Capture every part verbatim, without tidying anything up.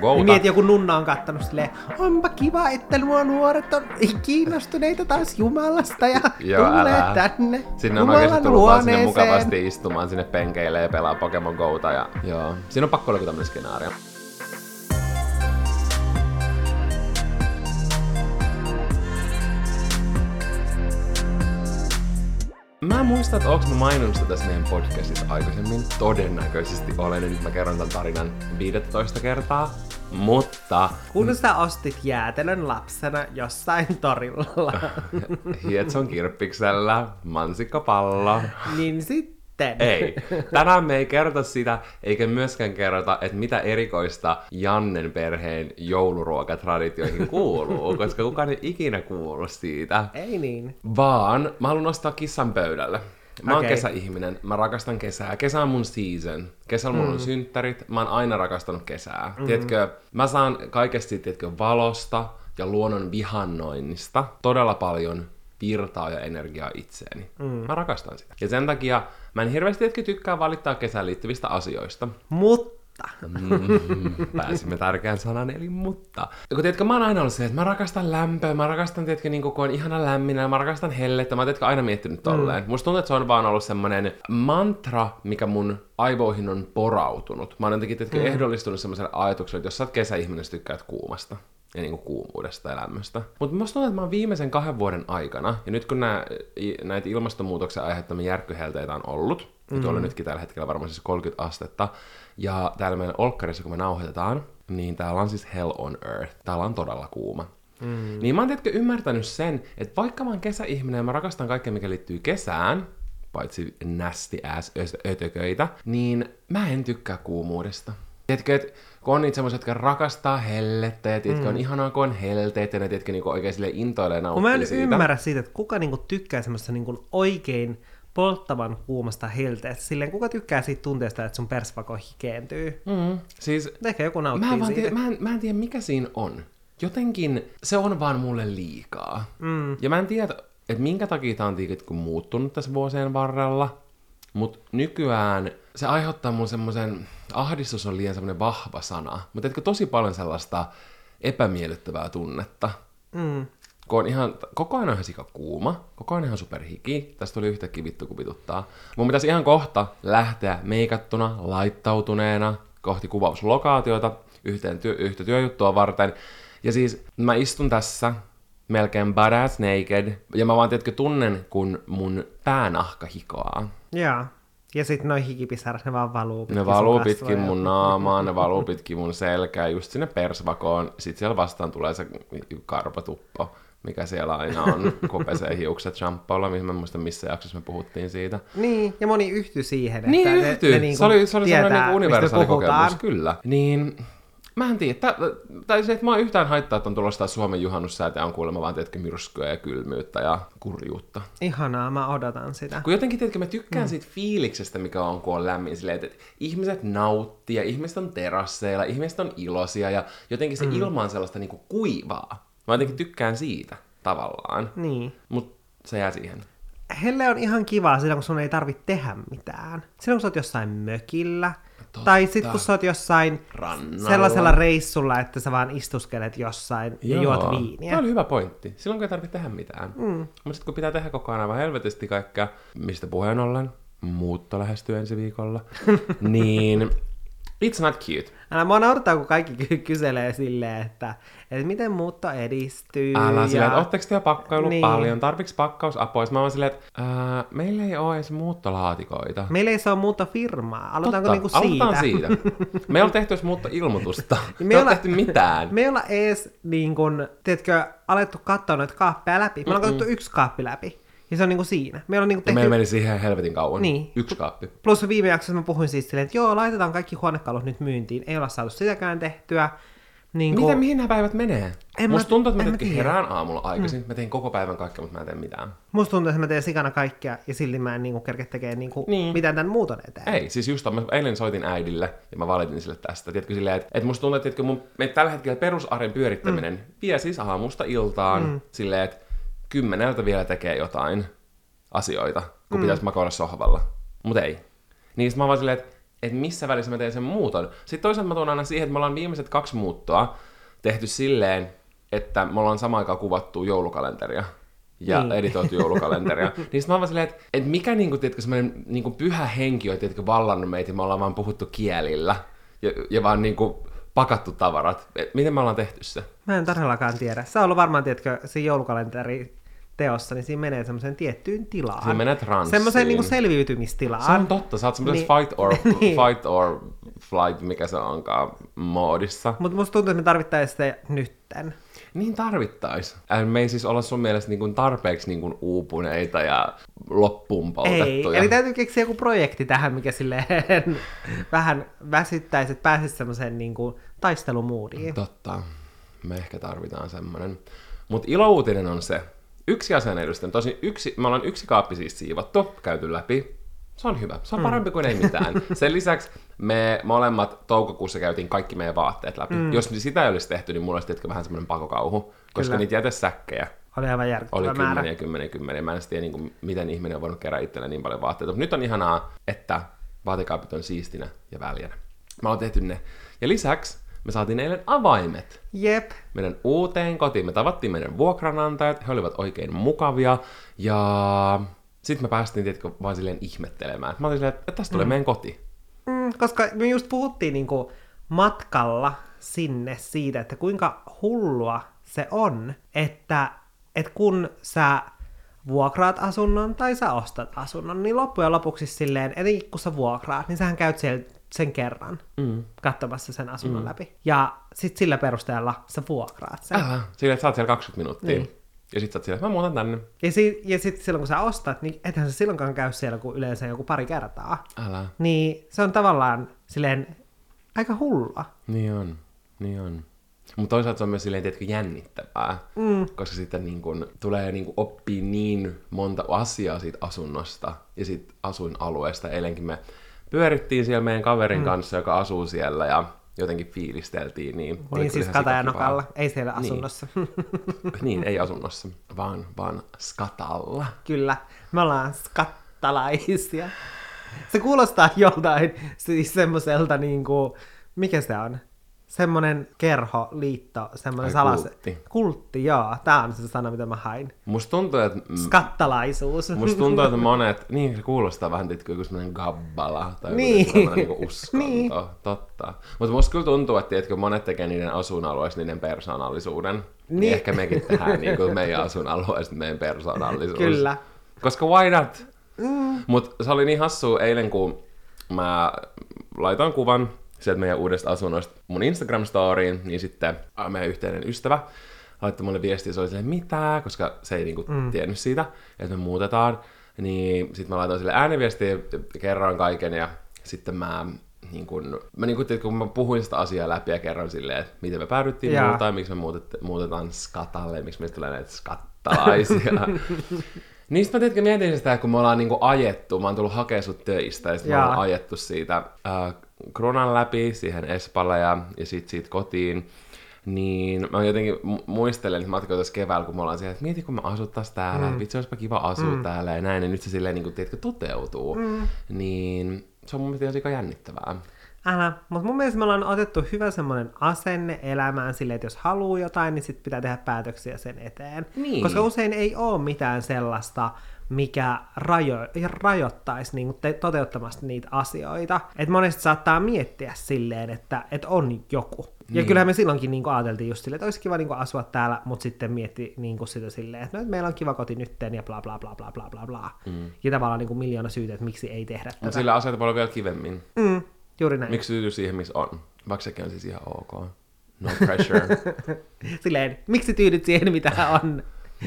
gouta. Niin mieti, joku nunna on kattonut silleen, onpa kiva, että nuo nuoret on kiinnostuneita taas Jumalasta ja Joo, tulee älä. tänne Sinne on oikeesti tullut vaan sinne mukavasti istumaan sinne penkeille ja pelaa Pokemon Gouta. Ja, joo. Siinä on pakko olla joku tämmönen skenaario. Mä muistan, että onko mä maininnut sitä tässä meidän podcastissa aikaisemmin. Todennäköisesti olen, ja nyt mä kerron tämän tarinan viidettoista kertaa. Mutta... Kun sä ostit jäätelön lapsena jossain torilla. Hietson kirppiksellä, mansikkapallo. Niin sitten. Ei. Tänään me ei kerrota sitä, eikä myöskään kerrota, että mitä erikoista Jannen perheen jouluruokatraditioihin kuuluu, koska kukaan ei ikinä kuulu siitä. Ei niin. Vaan mä haluan nostaa kissan pöydälle. Mä oon Okei. kesäihminen, mä rakastan kesää. Kesä on mun season. Kesällä mulla on synttärit, mä oon aina rakastanut kesää. Mm-hmm. Tiedätkö, mä saan kaikesta siitä, tiedätkö, valosta ja luonnon vihannoinnista todella paljon virtaa ja energiaa itseeni. Mm. Mä rakastan sitä. Ja sen takia mä en hirveästi tiedätkö, tykkää valittaa kesään liittyvistä asioista. Mutta. Mm, pääsimme tärkeän sanan, eli mutta. Kun tiedätkö, mä oon aina ollut se, että mä rakastan lämpöä, mä rakastan, tiedätkö, niin kun on ihana lämminä, mä rakastan hellettä, mä oon tiedätkö, aina miettinyt tolleen. Mm. Musta tuntuu, että se on vaan ollut semmonen mantra, mikä mun aivoihin on porautunut. Mä oon jotenkin, tiedätkö, mm. ehdollistunut semmoiselle ajatukselle, että jos sä oot kesäihminen, sä tykkäät kuumasta. Ja niinku kuumuudesta ja lämmöstä. Mutta musta tuntuu, että mä oon viimeisen kahden vuoden aikana, ja nyt kun nää, näitä ilmastonmuutoksen aiheuttamia järkkyhelteitä on ollut, mm. ja tuolla nytkin tällä hetkellä varmaan siis kolmekymmentä astetta, ja täällä meidän olkkarissa, kun me nauhoitetaan, niin täällä on siis hell on earth. Täällä on todella kuuma. Mm. Niin mä oon tietenkin ymmärtänyt sen, että vaikka mä oon kesäihminen ja mä rakastan kaikkea, mikä liittyy kesään, paitsi nasty ass ötököitä, niin mä en tykkää kuumuudesta. Tiedätkö, että kun on niitä semmoisia, jotka rakastaa hellettä, ja tiedätkö, mm. on ihanaa, kun on helteet, ja ne tiedätkö, niinku oikein sille intoilee nauttii Kun mä en siitä. ymmärrä siitä, että kuka niinku tykkää semmoista niinku oikein polttavan kuumasta helteestä. Silleen, kuka tykkää siitä tunteesta, että sun persvako hikeentyy? Mm. Siis, ehkä joku nauttii mä en, vaan siitä. tiedä, mä, en, mä en tiedä, mikä siinä on. Jotenkin se on vaan mulle liikaa. Mm. Ja mä en tiedä, että minkä takia tää on tiiket, muuttunut tässä vuosien varrella. Mut nykyään se aiheuttaa mun semmoisen, ahdistus on liian semmoinen vahva sana, mutta etkö tosi paljon sellaista epämiellyttävää tunnetta. Mm. Kun on ihan, koko ajan on ihan sika kuuma, koko ajan ihan superhiki, tästä tuli yhtäkkiä vittu kun vituttaa. Mun pitäisi ihan kohta lähteä meikattuna, laittautuneena kohti kuvauslokaatiota yhteen työ, yhtä työjuttua varten. Ja siis mä istun tässä melkein badass naked, ja mä vaan tiedätkö tunnen, kun mun päänahka hikoaa. Jaa. Ja sit noi hikipisarat, ne vaan valuu pitkin Ne valuu sun pitkin kasvoja. mun naamaa, ne valuu pitkin mun selkää, just sinne persvakoon. Sit siellä vastaan tulee se karpatuppo, mikä siellä aina on, kun pesee hiukset shampoolla, mihin mä en muista missä jaksossa me puhuttiin siitä. Niin, ja moni yhtyi siihen, että Niin ne, yhtyi, ne niinku se oli, se oli tietää, sellainen niin universaali mistä puhutaan. kokemus, kyllä. Niin, mä en tiedä, tä, tai se, että mä oon yhtään haittaa, että on tulossa taas Suomen juhannussäätä ja on kuulemma vaan tiedätkö myrskyä ja kylmyyttä ja kurjuutta. Ihanaa, mä odotan sitä. Kun jotenkin, tiedätkö, mä tykkään mm. siitä fiiliksestä, mikä on, kun on lämmin, silleen, että ihmiset nauttii ja ihmiset on terasseilla, ihmiset on iloisia ja jotenkin se mm. ilma on sellaista niinku kuivaa. Mä jotenkin tykkään siitä tavallaan, Niin. mut se jää siihen. Helle on ihan kivaa silloin, kun sun ei tarvitse tehdä mitään. Silloin, kun sä oot jossain mökillä, Totta. tai sit kun sä oot jossain Rannalla. sellaisella reissulla, että sä vaan istuskelet jossain ja Joo. juot viiniä. Tämä oli hyvä pointti. Silloin, kun ei tarvitse tehdä mitään. Mm. Mutta sitten kun pitää tehdä koko ajan aivan helvetisti kaikkea, mistä puheen ollen, muutto lähestyy ensi viikolla, niin it's not cute. Älä mua naurattaa, kun kaikki ky- kyselee silleen, että, että miten muutto edistyy. Älä ja... silleen, että ootteko te jo pakkailu Niin. paljon, tarviks pakkausapua? Mä oon silleen, että ää, meillä ei oo edes muuttolaatikoita. Meillä ei se ole muuttofirmaa. Aloitaanko niinku siitä? aloitetaan siitä. Me ei ole tehty edes muuttoilmoitusta. Me Me ei ole olla- tehty mitään. Me ei olla edes, niin kun, tiedätkö, alettu katsoa noita kaappeja läpi. Me ollaan katsottu yksi kaappi läpi. Ja se on niinku siinä. Me ollaan niinku Ja tehty... meillä meni siihen helvetin kauan. Niin. Yksi kaappi. Plus viime jaksossa mä puhuin siis silleen, että joo, laitetaan kaikki huonekalut nyt myyntiin. Ei olla saatu sitäkään tehtyä. Niin Miten, mihin nämä päivät menee? En Musta mä- tuntuu, että mä, en mä tietenkin tiedä. herään aamulla aikaisin. Mm. Mä tein koko päivän kaikkea, mutta mä en tee mitään. Musta tuntuu, että mä teen sikana kaikkea ja silti mä en niinku kerke tekee niinku Niin. mitään tän muuton eteen. Ei, siis just mä eilen soitin äidille ja mä valitin sille tästä. Tiedätkö silleen, että, että musta tuntuu, että tiedätkö, mun, me tällä hetkellä perusarjen pyörittäminen mm. vie siis aamusta iltaan mm. silleen, että kymmeneltä vielä tekee jotain asioita, kun mm. pitäisi makoilla sohvalla. Mut ei. Niin sit mä vaan silleen, että että missä välissä mä teen sen muuton. Sitten toisaalta mä tuon aina siihen, että me ollaan viimeiset kaksi muuttoa tehty silleen, että me ollaan samaan aikaan kuvattu joulukalenteria ja niin. editoitu joulukalenteria. Niin sit mä oon vaan silleen, että, että mikä niinku, tiedätkö, semmoinen niinku pyhä henki on tiedätkö, vallannut meitä, ja me ollaan vaan puhuttu kielillä ja, ja vaan niinku pakattu tavarat. Et miten me ollaan tehty se? Mä en todellakaan tiedä. Se on ollut varmaan, tiedätkö, siinä joulukalenteri teossa, niin siinä menee semmoiseen tiettyyn tilaan. Siinä menee transsiin. Semmoiseen niinku selviytymistilaan. Se on totta. Sä oot semmoisessa niin. fight, or, niin. fight or flight, mikä se onkaan, moodissa. Mutta musta tuntuu, että me tarvittaisiin sitä nytten. Niin tarvittais. Me ei siis olla sun mielestä niin kuin tarpeeksi niin kuin uupuneita ja loppuun poltettuja. Ei, eli täytyy keksiä joku projekti tähän, mikä silleen vähän väsyttäisi, että pääsisi semmoiseen niin kuin taistelumuudiin. Totta. Me ehkä tarvitaan semmoinen. Mutta ilouutinen on se. Yksi asian edustan. Tosin yksi, me ollaan yksi kaappi siis siivottu, käyty läpi. Se on hyvä. Se on parempi mm. kuin ei mitään. Sen lisäksi me molemmat toukokuussa käytiin kaikki meidän vaatteet läpi. Mm. Jos sitä ei olisi tehty, niin mulla olisi tietysti vähän semmoinen pakokauhu. Koska Kyllä. niitä jätesäkkejä oli aivan järkyttävä oli määrä. kymmeniä, kymmeniä, kymmeniä. Mä en tiedä, niin kuin, miten ihminen on voinut kerää itselleen niin paljon vaatteita. Mutta nyt on ihanaa, että vaatekaapit on siistinä ja väljänä. Mä oon tehty ne. Ja lisäksi me saatiin eilen avaimet. Jep. Meidän uuteen kotiin. Me tavattiin meidän vuokranantajat. He olivat oikein mukavia. Ja sitten me päästiin, tiedätkö, vaan silleen ihmettelemään. Mä olin silleen, että tästä tulee mm. meidän koti. Mm, koska me just puhuttiin niinku matkalla sinne siitä, että kuinka hullua se on, että, että kun sä vuokraat asunnon tai sä ostat asunnon, niin loppujen lopuksi silleen, etenkin kun sä vuokraat, niin sähän käyt siellä sen kerran mm. katsomassa sen asunnon mm. läpi. Ja sit sillä perusteella sä vuokraat sen. Älä, silleen, että sä oot siellä kaksikymmentä minuuttia. Niin. Ja sit sä oot silleen, että mä muutan tänne. Ja, si- ja sit silloin kun sä ostat, niin ethän sä silloinkaan käy siellä kuin yleensä joku pari kertaa. Älä. Niin se on tavallaan silleen aika hullua. Niin on, niin on. Mutta toisaalta se on myös silleen, tiedätkö, jännittävää. Mm. Koska sitten niin kun, tulee niin kun, oppii niin monta asiaa siitä asunnosta ja siitä asuinalueesta. Eilenkin me pyörittiin siellä meidän kaverin mm. kanssa, joka asuu siellä ja jotenkin fiilisteltiin. Niin, niin siis Katajanokalla, ei siellä asunnossa. Niin. niin, ei asunnossa, vaan, vaan skatalla. Kyllä, me ollaan skattalaisia. Se kuulostaa joltain siis semmoiselta niinku, mikä se on? Semmonen kerho, liitto, semmonen salas... Kultti. Kultti, joo. Tää on se sana, mitä mä hain. Musta tuntuu, että... Skattalaisuus. Musta tuntuu, että monet... Niin, se kuulostaa vähän tietysti kuin semmonen gabbala tai niin. semmoinen niinku uskonto. niin. Totta. Mutta musta kyllä tuntuu, että tiedätkö, monet tekee niiden asuinalueista niiden persoonallisuuden. Niin. niin ehkä mekin tehdään niin kuin meidän asuinalueista meidän persoonallisuus. Kyllä. Koska why not? Mm. Mut se oli niin hassua eilen, kun mä laitoin kuvan sieltä meidän uudesta asunnosta mun Instagram-storiin, niin sitten meidän yhteinen ystävä laittoi mulle viestiä, se oli silleen, mitä, koska se ei niinku mm. tiennyt siitä, että me muutetaan. Niin sitten mä laitoin sille ääniviestiä, kerroin kaiken, ja sitten mä, niin kun, mä niin kun, kun mä puhuin sitä asiaa läpi ja kerroin silleen, että miten me päädyttiin yeah. muutaan, miksi me muutet, muutetaan skatalle, miksi meistä tulee näitä skattalaisia. Niin sitten mä tietenkin mietin sitä, kun me ollaan niinku ajettu, mä oon tullut hakea sut töistä, ja sitten me ollaan ajettu siitä äh, Krunan läpi siihen Espalle ja, ja sit siitä kotiin, niin mä jotenkin muistelen, että matkoin tässä keväällä, kun me ollaan siellä, että mieti, kun me asuttais täällä, mm. vitsi, olisipa kiva asua mm. täällä ja näin, ja nyt se silleen, niin kuin, tiedätkö, toteutuu, mm. niin se on mun mielestä aika jännittävää. Älä, mutta mun mielestä me ollaan otettu hyvä semmoinen asenne elämään silleen, että jos haluaa jotain, niin sit pitää tehdä päätöksiä sen eteen. Niin. Koska usein ei ole mitään sellaista, mikä rajo- rajoittaisi niin te- toteuttamasta niitä asioita. Et monesti saattaa miettiä silleen, että et on joku. Niin. Ja kyllähän me silloinkin niin ajateltiin just silleen, että olisi kiva niin asua täällä, mutta sitten mietti niin sitä silleen, että, no, että meillä on kiva koti nytten ja bla bla bla bla bla bla bla. Mm. Ja tavallaan niin miljoona syytä, että miksi ei tehdä tätä. Mutta sillä asioita voi olla vielä kivemmin. Mm. Juuri näin. Miksi tyytyy siihen, missä on? Vaikka sekin on siis ihan ok. No pressure. Silleen, miksi tyydyt siihen, mitä on?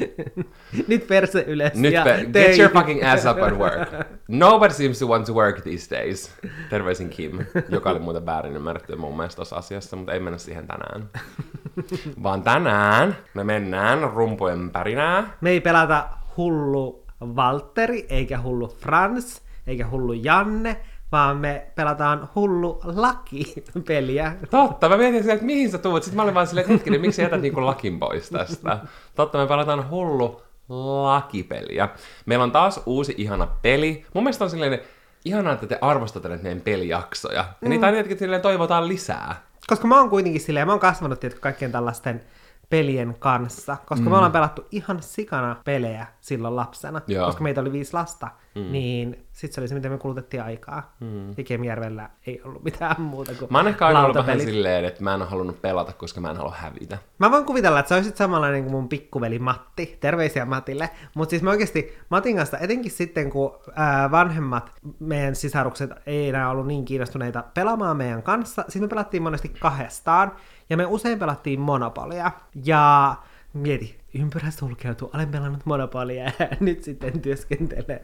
Nyt perse ylös. Nyt ja pe- get your fucking ass up and work. Nobody seems to want to work these days. Terveisin Kim, joka oli muuten väärin ymmärretty mun mielestä tuossa asiassa, mutta ei mennä siihen tänään. Vaan tänään me mennään rumpujen pärinää. Me ei pelata hullu Valtteri, eikä hullu Frans, eikä hullu Janne, vaan me pelataan hullu laki-peliä. Totta, mä mietin sitä, että mihin sä tuut. Sitten mä olin vaan silleen, että hetkinen, miksi jätät niinku lakin pois tästä? Totta, me pelataan hullu lakipeliä. Meillä on taas uusi ihana peli. Mun mielestä on silleen ihanaa, että te arvostatte näitä meidän pelijaksoja. Ja mm. niitä aina silleen toivotaan lisää. Koska mä oon kuitenkin silleen, mä oon kasvanut tietysti kaikkien tällaisten pelien kanssa, koska mm. me ollaan pelattu ihan sikana pelejä silloin lapsena, Joo. koska meitä oli viisi lasta, mm. niin sit se oli se, miten me kulutettiin aikaa. Mm. Ja Kemijärvellä ei ollut mitään muuta kuin Mä oon ehkä aina ollut vähän silleen, että mä en ole halunnut pelata, koska mä en halua hävitä. Mä voin kuvitella, että sä olisit samanlainen kuin mun pikkuveli Matti. Terveisiä Matille. Mutta siis mä oikeasti Matin kanssa, etenkin sitten kun ää, vanhemmat meidän sisarukset ei enää ollut niin kiinnostuneita pelaamaan meidän kanssa, siis me pelattiin monesti kahdestaan. Ja me usein pelattiin Monopolia. Ja mieti, ympyrä sulkeutuu, olen pelannut Monopolia ja nyt sitten työskentelen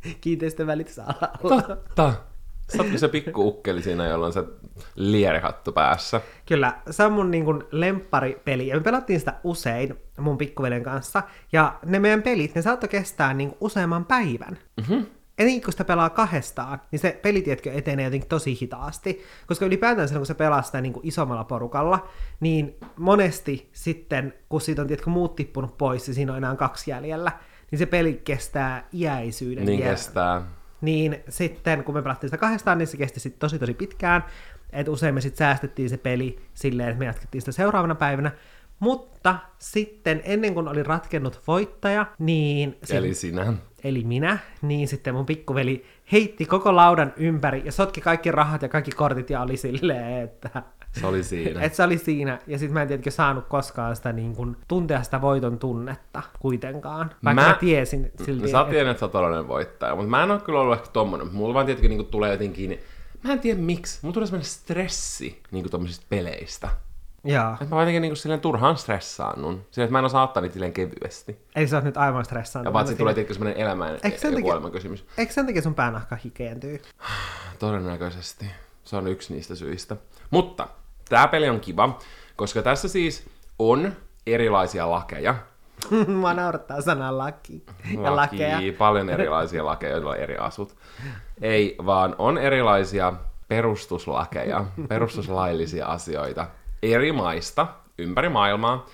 kiinteistövälitsalalla. Totta! Sä ootko se pikku-ukkeli siinä, jolla on se lierihattu päässä? Kyllä, se on mun niin kuin lempparipeli. Ja me pelattiin sitä usein mun pikkuveljen kanssa. Ja ne meidän pelit, ne saattoi kestää niin kuin useamman päivän. Mm-hmm. Etenkin kun sitä pelaa kahdestaan, niin se pelitietkö etenee jotenkin tosi hitaasti. Koska ylipäätään silloin, kun se pelaa sitä niin kuin isommalla porukalla, niin monesti sitten, kun siitä on tietkö muut tippunut pois ja siinä on enää kaksi jäljellä, niin se peli kestää iäisyyden. Niin kestää. Niin sitten, kun me pelattiin sitä kahdestaan, niin se kesti sitten tosi tosi pitkään. Että usein me sitten säästettiin se peli silleen, että me jatkettiin sitä seuraavana päivänä. Mutta sitten ennen kuin oli ratkennut voittaja, niin... Eli sinä. Eli minä, niin sitten mun pikkuveli heitti koko laudan ympäri ja sotki kaikki rahat ja kaikki kortit ja oli silleen, että... Se oli siinä. Että se oli siinä. Ja sitten mä en tietenkin saanut koskaan sitä niin kuin, tuntea sitä voiton tunnetta kuitenkaan. Vaikka mä, mä tiesin silti. Sä tiedän, että sä oot todellinen voittaja, mutta mä en ole kyllä ollut ehkä tommonen. Mulla vaan tietenkin niin kuin, tulee jotenkin... Mä en tiedä miksi. Mulla tulee semmoinen stressi niin kuin tommosista peleistä. Joo. Että mä jotenkin niinku silleen turhaan stressaannut. Silleen, että mä en osaa ottaa niitä silleen kevyesti. Ei sä oot nyt aivan stressaannut. Ja paitsi tulee tietenkin semmoinen elämän ja kuoleman kysymys. Eikö sen takia sun päänahka hikeentyy? Todennäköisesti. Se on yksi niistä syistä. Mutta tää peli on kiva, koska tässä siis on erilaisia lakeja. Mua naurattaa sanaa laki ja laki, lakeja. Paljon erilaisia lakeja, joilla on eri asut. Ei, vaan on erilaisia perustuslakeja, perustuslaillisia asioita eri maista, ympäri maailmaa,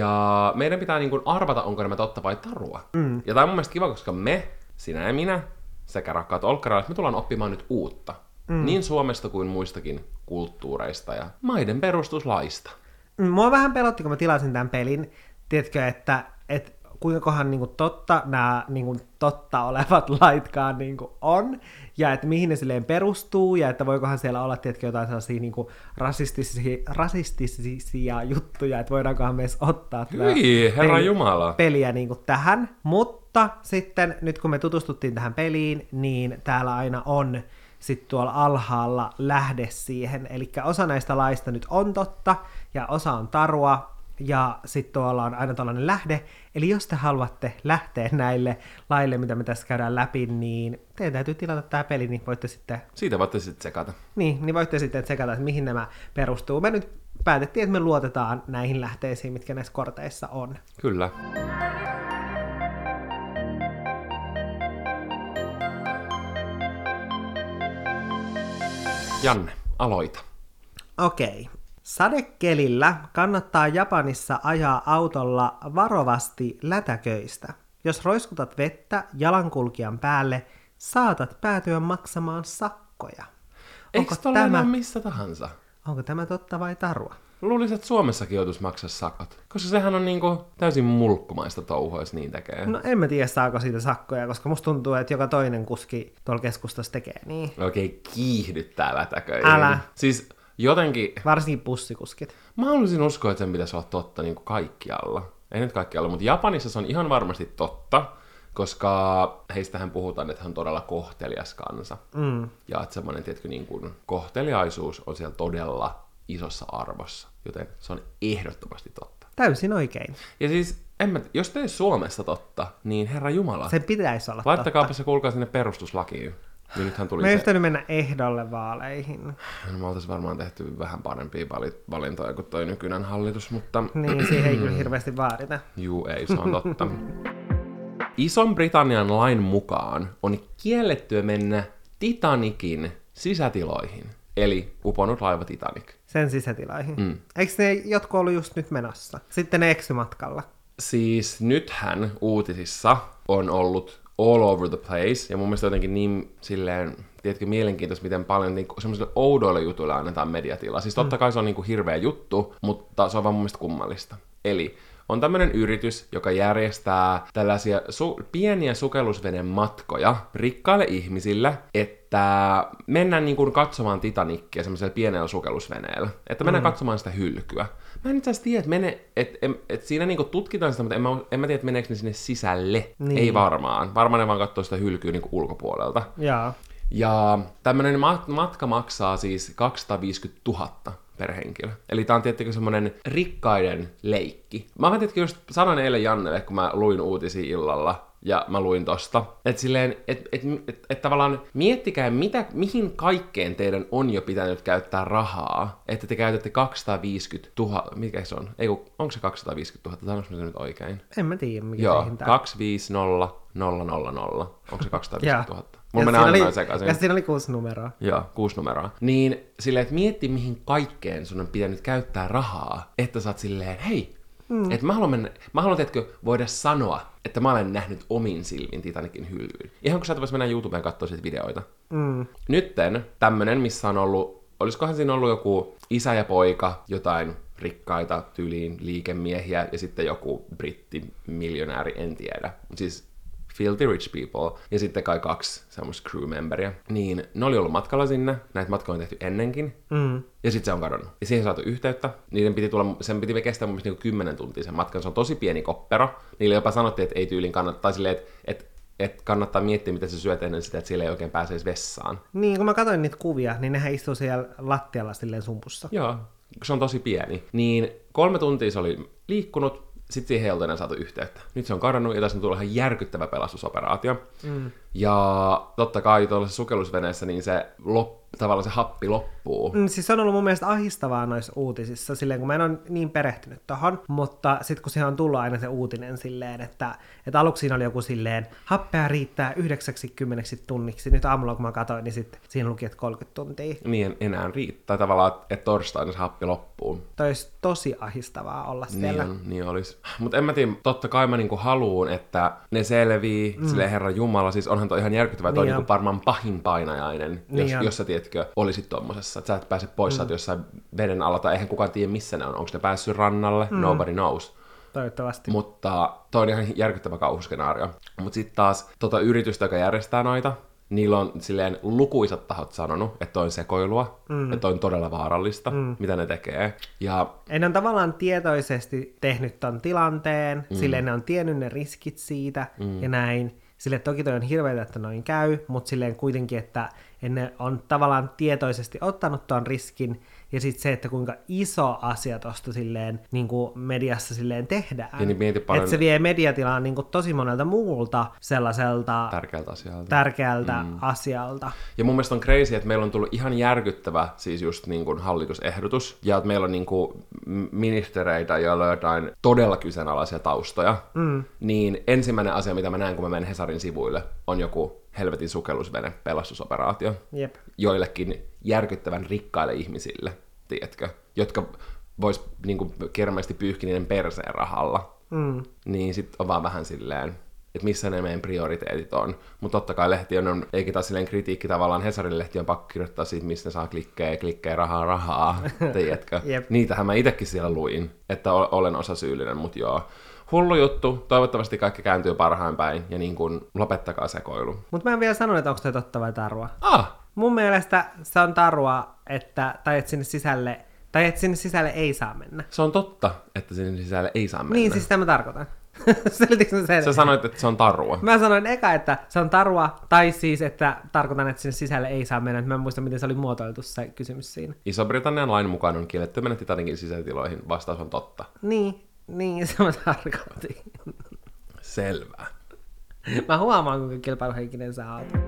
ja meidän pitää niin kuin arvata, onko nämä totta vai tarua. Mm. Ja tämä on mun mielestä kiva, koska me, sinä ja minä, sekä rakkaat olkkaraiset, me tullaan oppimaan nyt uutta. Mm. Niin Suomesta kuin muistakin kulttuureista ja maiden perustuslaista. Mua vähän pelotti, kun mä tilasin tämän pelin. Tiedätkö, että, että kuinkakohan niin kuin totta nämä niin kuin totta olevat laitkaan niin kuin on, ja että mihin ne silleen perustuu, ja että voikohan siellä olla tiedätkö, jotain sellaisia niin kuin rasistisia, rasistisia juttuja, että voidaankohan me edes ottaa tätä Hyi, Herra peli, Jumala. peliä niin kuin tähän. Mutta sitten nyt kun me tutustuttiin tähän peliin, niin täällä aina on sitten tuolla alhaalla lähde siihen, eli osa näistä laista nyt on totta, ja osa on tarua, ja sitten tuolla on aina tällainen lähde, eli jos te haluatte lähteä näille laille, mitä me tässä käydään läpi, niin teidän täytyy tilata tämä peli, niin voitte sitten... Siitä voitte sitten sekata. Niin, niin voitte sitten sekata, että mihin nämä perustuu. Me nyt päätettiin, että me luotetaan näihin lähteisiin, mitkä näissä korteissa on. Kyllä. Janne, aloita. Okei. Sadekelillä kannattaa Japanissa ajaa autolla varovasti lätäköistä. Jos roiskutat vettä jalankulkijan päälle, saatat päätyä maksamaan sakkoja. Eikö tämä ole missä tahansa? Onko tämä totta vai tarua? Luulisin, että Suomessakin joutuisi maksaa sakot. Koska sehän on niinku täysin mulkkumaista touhua, jos niin tekee. No en mä tiedä, saako siitä sakkoja, koska musta tuntuu, että joka toinen kuski tuolla keskustassa tekee niin. Oikein kiihdyttää lätäköihin. Älä. Siis jotenkin... Varsinkin bussikuskit. Mä haluaisin uskoa, että sen pitäisi olla totta niin kuin kaikkialla. Ei nyt kaikkialla, mutta Japanissa se on ihan varmasti totta, koska heistähän puhutaan, että hän on todella kohtelias kansa. Mm. Ja että semmoinen, tiedätkö, niin kuin kohteliaisuus on siellä todella isossa arvossa, joten se on ehdottomasti totta. Täysin oikein. Ja siis, en mä, jos te ei Suomessa totta, niin Herra Jumala. Sen pitäisi olla laittakaapa totta. se kuulkaa sinne perustuslakiin. Niin nythän tuli me ei se... nyt mennä ehdolle vaaleihin. No, me oltaisiin varmaan tehty vähän parempia valintoja kuin toi nykyinen hallitus, mutta... Niin, siihen ei kyllä hirveästi vaadita. Juu, ei, se on totta. Ison-Britannian lain mukaan on kiellettyä mennä Titanikin sisätiloihin. Eli uponut laiva Titanic. Sen sisätiloihin. Mm. Eikö ne jotkut ollut just nyt menossa? Sitten ne eksy matkalla. Siis nythän uutisissa on ollut all over the place, ja mun mielestä jotenkin niin silleen, tiedätkö, mielenkiintoista, miten paljon niin semmoisille oudoille jutuille annetaan mediatilaa. Siis totta kai se on niin kuin hirveä juttu, mutta se on vaan mun mielestä kummallista. Eli on tämmöinen yritys, joka järjestää tällaisia su- pieniä sukellusveden matkoja rikkaille ihmisille, että mennään niin kuin katsomaan Titanickia semmoisella pienellä sukellusveneellä. Että mennään mm. katsomaan sitä hylkyä. Mä en itse asiassa tiedä, että, mene, että, että siinä niin kuin tutkitaan sitä, mutta en mä, en mä tiedä, että meneekö ne sinne sisälle. Niin. Ei varmaan. Varmaan ne vaan katsoo sitä hylkyä niin kuin ulkopuolelta. Jaa. Ja tämmöinen matka maksaa siis kaksisataaviisikymmentätuhatta per henkilö. Eli tää on tietenkin semmonen rikkaiden leikki. Mä vaan tietenkin just sanoin eilen Jannelle, kun mä luin uutisia illalla, ja mä luin tosta, että silleen, että et, et, et, et tavallaan miettikää, mitä, mihin kaikkeen teidän on jo pitänyt käyttää rahaa, että te käytätte kaksisataaviisikymmentätuhatta, mikä se on? Ei, onko se kaksisataaviisikymmentätuhatta, tai onko se nyt oikein? En mä tiedä, mikä Joo, hinta. kaksisataaviisikymmentä nolla nolla nolla, onko se kaksisataaviisikymmentätuhatta? Mulla Ja menee siinä aina oli- sekaisin. Ja siinä oli kuusi numeroa. Joo, kuusi numeroa. Niin silleen, että mietti mihin kaikkeen sun on pitänyt käyttää rahaa, että sä oot silleen, hei, mm. että mä haluan mennä, mä haluan, teetkö, voida sanoa, että mä olen nähnyt omin silmin Titanicin hyllyyn. Ihan kun sä et vois mennä YouTubeen katsoa siitä videoita. Mm. Nytten tämmönen, missä on ollut, olisikohan siinä ollut joku isä ja poika, jotain rikkaita tyyliin liikemiehiä ja sitten joku brittimiljonääri, en tiedä. Siis filthy rich people, ja sitten kai kaksi semmoista crew-memberia. Niin ne oli ollut matkalla sinne, näitä matkoja on tehty ennenkin, mm. ja sitten se on kadonnut. Ja siihen saatu yhteyttä. Niiden piti tulla, sen piti kestää mun mielestä niinku kymmenen tuntia sen matkan. Se on tosi pieni koppero. Niille jopa sanottiin, että ei tyylin kannattaa, tai silleen, että et, et kannattaa miettiä, mitä se syöt ennen sitä, että siellä ei oikein pääse edes vessaan. Niin, kun mä katsoin niitä kuvia, niin nehän istuu siellä lattialla silleen sumpussa. Joo, se on tosi pieni. Niin kolme tuntia se oli liikkunut, sitten siihen ei oltu enää saatu yhteyttä. Nyt se on kadonnut, ja tässä on tullut ihan järkyttävä pelastusoperaatio. Mm. Ja totta kai tuollaisessa sukellusveneessä niin se lop, tavallaan se happi loppuu. Mm, siis se on ollut mun mielestä ahdistavaa noissa uutisissa, silleen kun mä en ole niin perehtynyt tohon, mutta sitten kun siihen on tullut aina se uutinen silleen, että, että aluksi siinä oli joku silleen, happea riittää yhdeksänkymmentä tunniksi, nyt aamulla kun mä katsoin, niin sitten siinä luki, että kolmekymmentä tuntia. Niin enää riittää tavallaan, että torstaina se happi loppuu. Toi olisi tosi ahdistavaa olla siellä. Niin, on, niin olisi. Mutta en mä tiedä, totta kai mä niinku haluun, että ne selvii, mm. silleen Herra Jumala, siis onhan toi ihan järkyttävää, toi niin niinku varmaan pahin painajainen, niin jos, jos sä tiedätkö, olisit tommosessa, että sä et pääse pois, mm. sä oot jossain veden alla, tai eihän kukaan tiedä missä ne on, onko ne päässyt rannalle, mm. nobody knows. Toivottavasti. Mutta toi on ihan järkyttävä kauhuskenaario. Mutta sitten taas tota yritystä, joka järjestää noita, niillä on silleen lukuisat tahot sanonut, että toi on sekoilua, mm. että toi on todella vaarallista, mm. mitä ne tekee. Ja en on tavallaan tietoisesti tehnyt ton tilanteen, mm. silleen ne on tiennyt ne riskit siitä mm. ja näin. Silleen toki toi on hirveetä, että noin käy, mutta silleen kuitenkin, että ne on tavallaan tietoisesti ottanut ton riskin, ja sitten se, että kuinka iso asia tosta silleen niin kuin mediassa silleen tehdään. Niin paljon... Että se vie mediatilaan niin kuin tosi monelta muulta sellaiselta tärkeältä asialta. tärkeältä mm. asialta. Ja mun mielestä on crazy, että meillä on tullut ihan järkyttävä siis just niin kuin hallitusehdotus, ja että meillä on niin kuin ministereitä, joilla on jotain todella kyseenalaisia taustoja. Mm. Niin ensimmäinen asia, mitä mä näen, kun mä menen Hesarin sivuille, on joku helvetin sukellusvene pelastusoperaatio. Jep. Joillekin järkyttävän rikkaille ihmisille, tiedätkö, jotka vois niinku kermeesti pyyhki niiden perseen rahalla. Mm. Niin sit on vaan vähän silleen, että missä ne meidän prioriteetit on. Mutta totta kai lehti on, eikä taas silleen kritiikki tavallaan, Hesarin lehti on pakko kirjoittaa siitä, mistä ne saa klikkejä, klikkejä, rahaa, rahaa, tiedätkö. Yep. Niitähän mä itekin siellä luin, että olen osa syyllinen, mutta joo. Hullu juttu, toivottavasti kaikki kääntyy parhain päin, ja niin kuin lopettakaa sekoilu. Mutta mä en vielä sano, että onko toi totta vai tarua. Ah! Mun mielestä se on tarua, että, tai että sinne sisälle, tai että sinne sisälle ei saa mennä. Se on totta, että sinne sisälle ei saa mennä. Niin, siis sitä mä tarkoitan. Selitikö mä sen? Sä sanoit, että se on tarua. Mä sanoin eka, että se on tarua, tai siis, että tarkoitan, että sinne sisälle ei saa mennä. Mä en muista, miten se oli muotoiltu se kysymys siinä. Iso-Britannian lain mukaan on kielletty mennä Titanicin sisätiloihin. Vastaus on totta. Niin, niin se mä tarkoitin. Selvä. Mä huomaan, kuinka kilpailuhenkinen sä oot.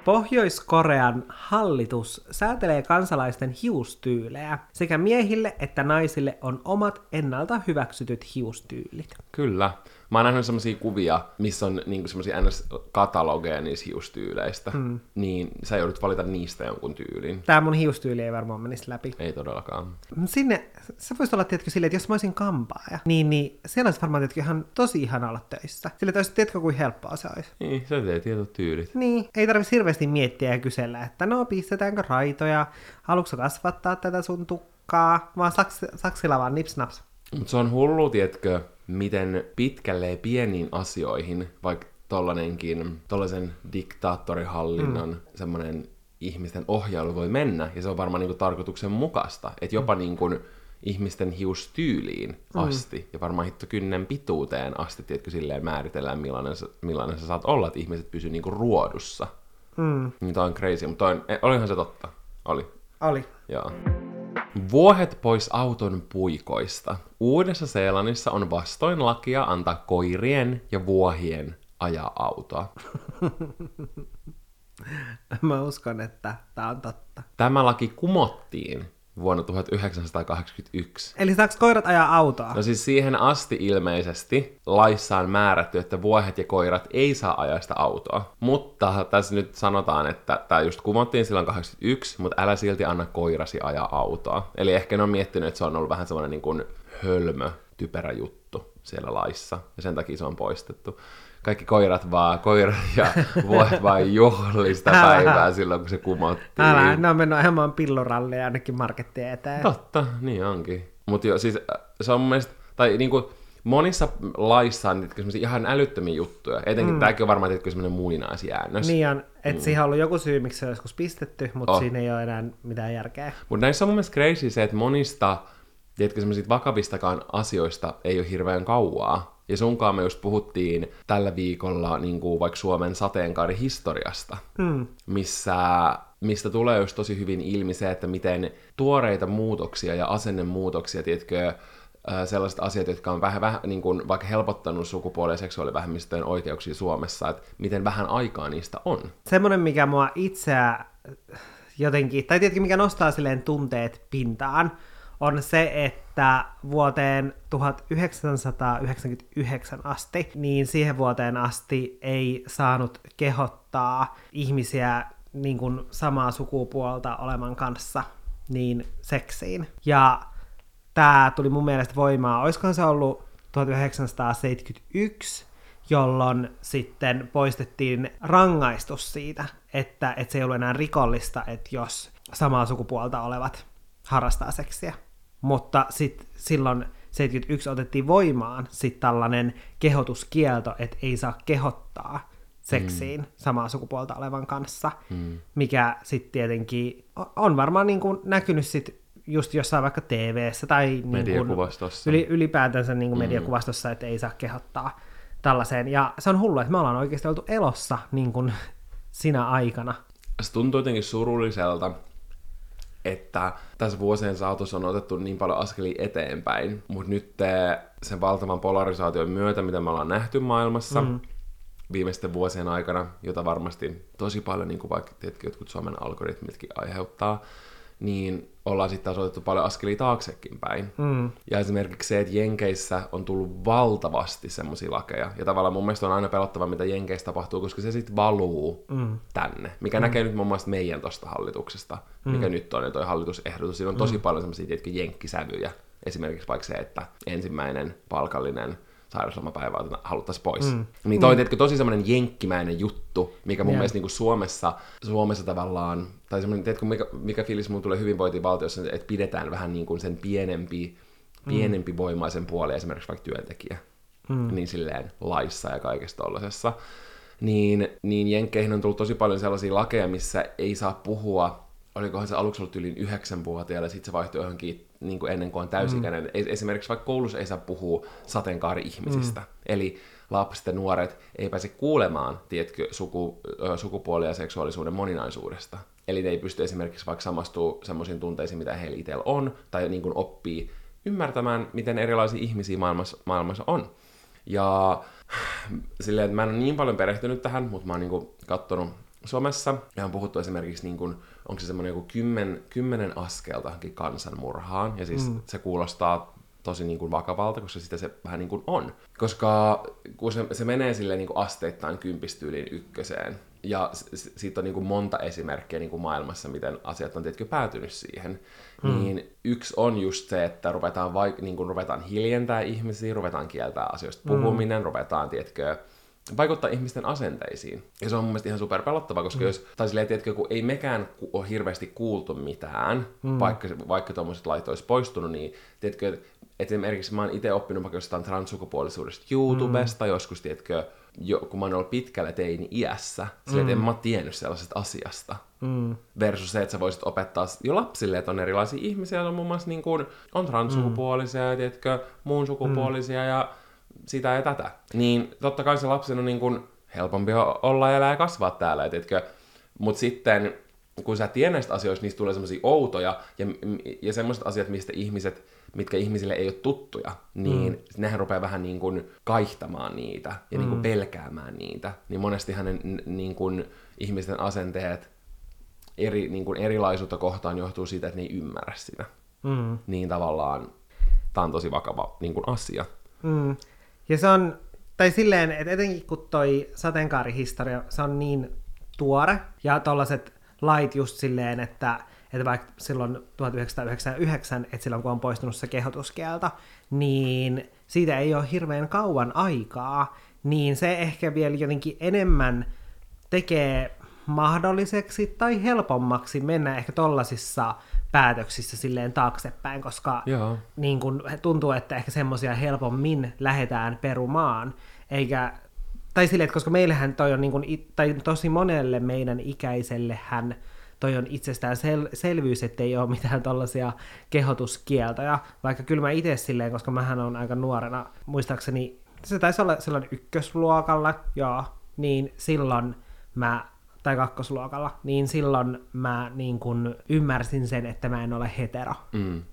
Pohjois-Korean hallitus säätelee kansalaisten hiustyylejä. Sekä miehille että naisille on omat ennalta hyväksytyt hiustyylit. Kyllä. Mä oon nähnyt semmosia kuvia, missä on niinku semmosia N S-katalogeja niistä hiustyyleistä. Hmm. Niin sä joudut valita niistä jonkun tyylin. Tää mun hiustyyli ei varmaan menisi läpi. Ei todellakaan. Sinne, se voisi olla tietysti silleen, että jos mä olisin kampaaja, niin, niin siellä olisi varmaan tietysti ihan tosi ihana olla töissä. Sillä että olisi, tiedätkö, kuin helppoa se olisi. Niin, sä teet tietyt tyylit. Niin, ei tarvitsisi hirveästi miettiä ja kysellä, että no pistetäänkö raitoja, haluatko kasvattaa tätä sun tukkaa, vaan saks, saksilla vaan nipsnaps. Mut se on hullu, tiedätkö, miten pitkälle pieniin asioihin, vaikka tollanenkin, tollasen diktaattorihallinnon mm. semmoinen ihmisten ohjailu voi mennä, ja se on varmaan niinku tarkoituksen mukaista, että jopa mm. niinku ihmisten hiustyyliin asti, mm. ja varmaan hittokynnen pituuteen asti, tiedätkö, silleen määritellään, millainen sä, millainen sä saat olla, että ihmiset pysyy niinku ruodussa. Mm. Niin toi on crazy, mutta toi on, olihan se totta? Oli. Oli. Joo. Vuohet pois auton puikoista. Uudessa-Seelannissa on vastoin lakia antaa koirien ja vuohien ajaa autoa. Mä uskon, että tää on totta. Tämä laki kumottiin vuonna tuhatyhdeksänsataakahdeksankymmentäyksi. Eli saako koirat ajaa autoa? No siis siihen asti ilmeisesti laissa on määrätty, että vuohet ja koirat ei saa ajaa sitä autoa. Mutta tässä nyt sanotaan, että tämä just kumottiin silloin kahdeksankymmentäyksi, mutta älä silti anna koirasi ajaa autoa. Eli ehkä ne on miettinyt, että se on ollut vähän semmoinen niin kuin hölmö, typerä juttu siellä laissa, ja sen takia se on poistettu. Kaikki koirat vaan, koirat ja vuohet vaan juhlista päivää silloin, kun se kumottiin. Älä, ne on mennyt ajamaan pillurallia ainakin markettiin eteen. Totta, niin onkin. Mutta jo, siis se on mun mielestä, tai niinku monissa laissa on ihan älyttömiä juttuja. Etenkin mm. tämäkin on varmaan tietysti semmoinen muinaisjäännös. Niin on, että mm. siihen on ollut joku syy, miksi se on joskus pistetty, mutta oh. siinä ei ole enää mitään järkeä. Mutta näissä on mun mielestä crazy se, että monista, tiedätkö, semmoisista vakavistakaan asioista ei ole hirveän kauaa. Ja sunkaan me just puhuttiin tällä viikolla niin kuin vaikka Suomen sateenkaarihistoriasta, mm. missä, mistä tulee just tosi hyvin ilmi se, että miten tuoreita muutoksia ja asennemuutoksia, tiedätkö, sellaiset asiat, jotka on vähän, vähän niin kuin vaikka helpottanut sukupuoli- ja seksuaalivähemmistöjen oikeuksia Suomessa, että miten vähän aikaa niistä on. Semmoinen, mikä mua itseä jotenkin, tai tietenkin mikä nostaa silleen tunteet pintaan, on se, että vuoteen tuhatyhdeksänsataayhdeksänkymmentäyhdeksän asti, niin siihen vuoteen asti ei saanut kehottaa ihmisiä niin kuin samaa sukupuolta olevan kanssa niin seksiin. Ja tämä tuli mun mielestä voimaan, olisikohan se ollut tuhatyhdeksänsataaseitsemänkymmentäyksi, jolloin sitten poistettiin rangaistus siitä, että, että se ei ollut enää rikollista, että jos samaa sukupuolta olevat harrastaa seksiä. Mutta sitten silloin seitsemänkymmentäyksi otettiin voimaan sitten tällainen kehotuskielto, että ei saa kehottaa seksiin mm. samaa sukupuolta olevan kanssa, mm. mikä sitten tietenkin on varmaan niin kuin näkynyt sitten just jossain vaikka T V:ssä tai niin mediakuvastossa. Yli, ylipäätänsä niin kuin mm. mediakuvastossa, että ei saa kehottaa tällaiseen. Ja se on hullu, että me ollaan oikeasti oltu elossa niin kuin sinä aikana. Se tuntuu jotenkin surulliselta, että tässä vuosien saatossa on otettu niin paljon askelia eteenpäin, mutta nyt sen valtavan polarisaation myötä, mitä me ollaan nähty maailmassa mm. viimeisten vuosien aikana, jota varmasti tosi paljon, niin kuin vaikka tietenkin jotkut Suomen algoritmitkin aiheuttaa, niin ollaan sitten taas otettu paljon askelia taaksekin päin. Mm. Ja esimerkiksi se, että Jenkeissä on tullut valtavasti semmoisia lakeja, ja tavallaan mun mielestä on aina pelottava, mitä Jenkeissä tapahtuu, koska se sitten valuu mm. tänne, mikä mm. näkee nyt muun muassa meidän tosta hallituksesta, mm. mikä nyt on, ja toi hallitusehdotus, siinä on tosi mm. paljon semmoisia, tietenkin jenkkisävyjä, esimerkiksi vaikka se, että ensimmäinen palkallinen sairauslomapäivä haluttaisiin pois. Mm. Niin toi on mm. tosi semmoinen jenkkimäinen juttu, mikä mun yeah. mielestä niin kuin Suomessa, Suomessa tavallaan, tai semmoinen, tiedätkö, mikä, mikä fiilis mun tulee hyvinvointivaltiossa, että pidetään vähän niin kuin sen pienempi, pienempi mm. voimaisen puoli, esimerkiksi vaikka työntekijä, mm. niin silleen laissa ja kaikessa tollasessa. Niin, niin jenkkeihin on tullut tosi paljon sellaisia lakeja, missä ei saa puhua, olikohan se aluksi ollut yli yhdeksänvuotiaille, ja sitten se vaihtui johonkin niin kuin ennen kuin on täysikäinen. Mm. Esimerkiksi vaikka koulussa ei saa puhua sateenkaari-ihmisistä. Mm. Eli lapset ja nuoret ei pääse kuulemaan, tiedätkö, suku, sukupuoli- ja seksuaalisuuden moninaisuudesta. Eli ne ei pysty esimerkiksi vaikka samastua semmoisiin tunteisiin, mitä heillä itsellä on, tai niin kuin oppii ymmärtämään, miten erilaisia ihmisiä maailmassa, maailmassa on. Ja silleen, että mä en ole niin paljon perehtynyt tähän, mutta mä oon niin kuin katsonut somessa, ja on puhuttu esimerkiksi, niin kuin, onko se semmoinen joku kymmen, kymmenen askelta johonkin kansanmurhaan, ja siis mm. se kuulostaa tosi niin kuin vakavalta, koska sitä se vähän niin kuin on. Koska kun se, se menee silleen niin kuin asteittain kympistyyliin ykköseen, ja s- siitä on niin kuin monta esimerkkiä niin kuin maailmassa, miten asiat on tietenkin päätynyt siihen, mm. niin yksi on just se, että ruvetaan, vaik- niin kuin ruvetaan hiljentää ihmisiä, ruvetaan kieltää asioista puhuminen, mm. ruvetaan, tiedätkö, vaikuttaa ihmisten asenteisiin. Ja se on mun mielestä ihan super pelottava, koska mm. jos, tai silleen, tiedätkö, kun ei mekään ku- ole hirveästi kuultu mitään, mm. vaikka, vaikka tuommoiset lait olisi poistunut, niin tiedätkö, esimerkiksi mä oon itse oppinut vaikka jostain transsukupuolisuudesta YouTubesta, mm. joskus, tiedätkö, jo, kun mä oon ollut pitkällä teini-iässä, silleen, mm. että en mä oon tiennyt sellaisesta asiasta. Mm. Versus se, että sä voisit opettaa jo lapsille, että on erilaisia ihmisiä, on muun muassa niin kuin, on transsukupuolisia, mm. tiedätkö, muun sukupuolisia mm. ja sitä ja tätä. Niin totta kai se lapsen on niin kuin helpompi olla ja elää ja kasvaa täällä, tiedätkö, mutta sitten kun sä tiedät näistä asioista, niistä tulee semmoisia outoja ja, ja semmoiset asiat, mistä ihmiset, mitkä ihmisille ei ole tuttuja, niin mm. nehän rupeaa vähän niin kuin kaihtamaan niitä ja mm. niin kuin pelkäämään niitä. Niin monestihan ne niin kuin ihmisten asenteet eri, niin kuin erilaisuutta kohtaan johtuu siitä, että ne ei ymmärrä sitä. Mm. Niin tavallaan tää on tosi vakava niin kuin asia. Mm. Ja se on, tai silleen, että etenkin kun toi sateenkaarihistoria, se on niin tuore, ja tollaset lait just silleen, että, että vaikka silloin tuhatyhdeksänsataayhdeksänkymmentäyhdeksän, että silloin kun on poistunut se kehotuskielto, niin siitä ei ole hirveän kauan aikaa, niin se ehkä vielä jotenkin enemmän tekee mahdolliseksi tai helpommaksi mennä ehkä tollasissa päätöksissä silleen taaksepäin, koska niin kun tuntuu, että ehkä semmoisia helpommin lähdetään perumaan, eikä, tai silleen, että koska meillähän toi on, niin kun, tai tosi monelle meidän ikäisellehän toi on itsestään sel- selvyys, ettei ole mitään tollaisia kehotuskieltoja, vaikka kyllä mä itse silleen, koska mähän on aika nuorena, muistaakseni, se taisi olla silloin ykkösluokalla, joo, niin silloin mä tai kakkosluokalla, niin silloin mä niin kun ymmärsin sen, että mä en ole hetero. Mm.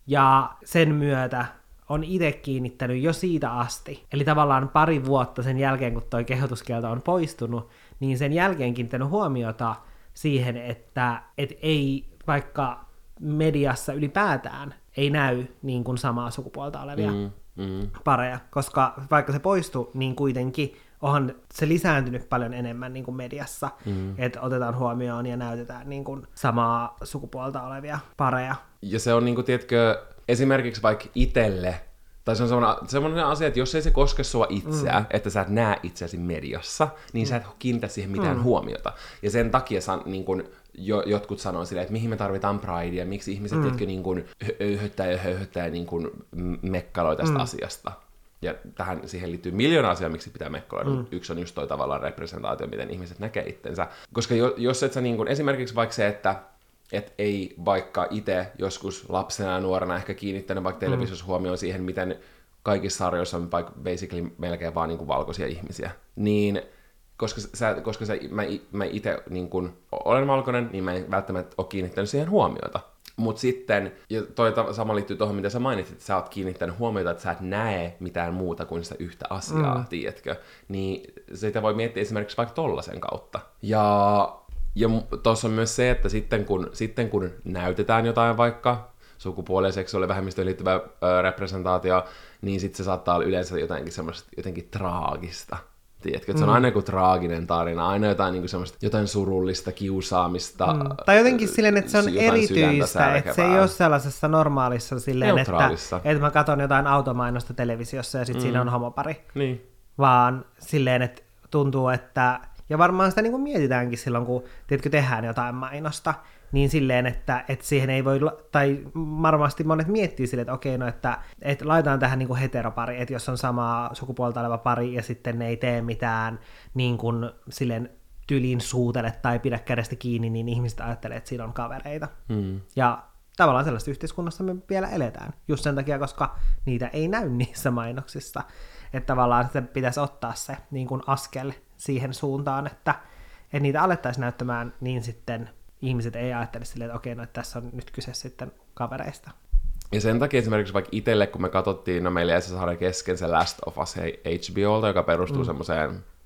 Ja sen myötä on itse kiinnittänyt jo siitä asti, eli tavallaan pari vuotta sen jälkeen, kun toi kehotuskielto on poistunut, niin sen jälkeen kiinnittänyt huomiota siihen, että et ei vaikka mediassa ylipäätään ei näy niin kuin samaa sukupuolta olevia mm. Mm. pareja, koska vaikka se poistui, niin kuitenkin onhan se lisääntynyt paljon enemmän niin kuin mediassa, mm. että otetaan huomioon ja näytetään niin kuin samaa sukupuolta olevia pareja. Ja se on, niin kuin, tiedätkö, esimerkiksi vaikka itselle, tai se on semmoinen, semmoinen asia, että jos ei se koske sua itseä, mm. että sä et näe itseäsi mediassa, niin mm. sä et kiinnitä siihen mitään mm. huomiota. Ja sen takia san, niin kuin, jo, jotkut sanoo silleen, että mihin me tarvitaan pridea, miksi ihmiset mm. jotka niin kuin höyhöttää ja höyhöttää ja niin kuin mekkaloi tästä mm. asiasta. Ja tähän siihen liittyy miljoona asiaa, miksi pitää mekkaloida. Mm. Yksi on just toi tavallaan representaatio, miten ihmiset näkee itsensä. Koska jo, jos et sä niin kuin, esimerkiksi vaikka se, että et ei vaikka itse joskus lapsena ja nuorena ehkä kiinnittänyt vaikka televisiossa huomioon siihen, miten kaikissa sarjoissa on vaikka basically melkein vaan niin kuin valkoisia ihmisiä. Niin koska, sä, koska sä, mä, mä itse niin kuin olen valkoinen, niin mä en välttämättä ole kiinnittänyt siihen huomiota. Mutta sitten, ja toi sama liittyy tuohon, mitä sä mainitsit, että sä oot kiinnittänyt huomiota, että sä et näe mitään muuta kuin sitä yhtä asiaa, mm. tiedätkö? Niin sitä voi miettiä esimerkiksi vaikka tollasen kautta. Ja, ja tuossa on myös se, että sitten kun, sitten kun näytetään jotain vaikka sukupuoli- ja seksuaalivähemmistöön liittyvää ö, representaatio, niin sitten se saattaa olla yleensä jotenkin semmoista jotenkin traagista. Tiedätkö, että se on aina joku traaginen tarina, aina jotain, niin kuin semmoista, jotain surullista, kiusaamista. Mm. Tai jotenkin silleen, että se on erityistä, että se ei ole sellaisessa normaalissa silleen, että, että mä katson jotain automainosta televisiossa ja sitten mm. siinä on homopari. Niin. Vaan silleen, että tuntuu, että, ja varmaan sitä niin kuin mietitäänkin silloin, kun tiedätkö, tehdään jotain mainosta, niin silleen, että, että siihen ei voi, tai varmasti monet miettii silleen, että okei, no että, että laitetaan tähän niin kuin heteropari, että jos on samaa sukupuolta oleva pari ja sitten ne ei tee mitään niin kuin silleen tylin suutele tai pidä kädestä kiinni, niin ihmiset ajattelee, että siinä on kavereita. Hmm. Ja tavallaan sellaista yhteiskunnassa me vielä eletään, just sen takia, koska niitä ei näy niissä mainoksissa. Että tavallaan se pitäisi ottaa se niin kuin askel siihen suuntaan, että, että niitä alettaisiin näyttämään, niin sitten ihmiset ei ajattele silleen, että okei, no että tässä on nyt kyse sitten kavereista. Ja sen takia esimerkiksi vaikka itselle, kun me katsottiin, no meillä jäi se sarja kesken se Last of Us H B O:lta, joka perustuu mm. semmoiseen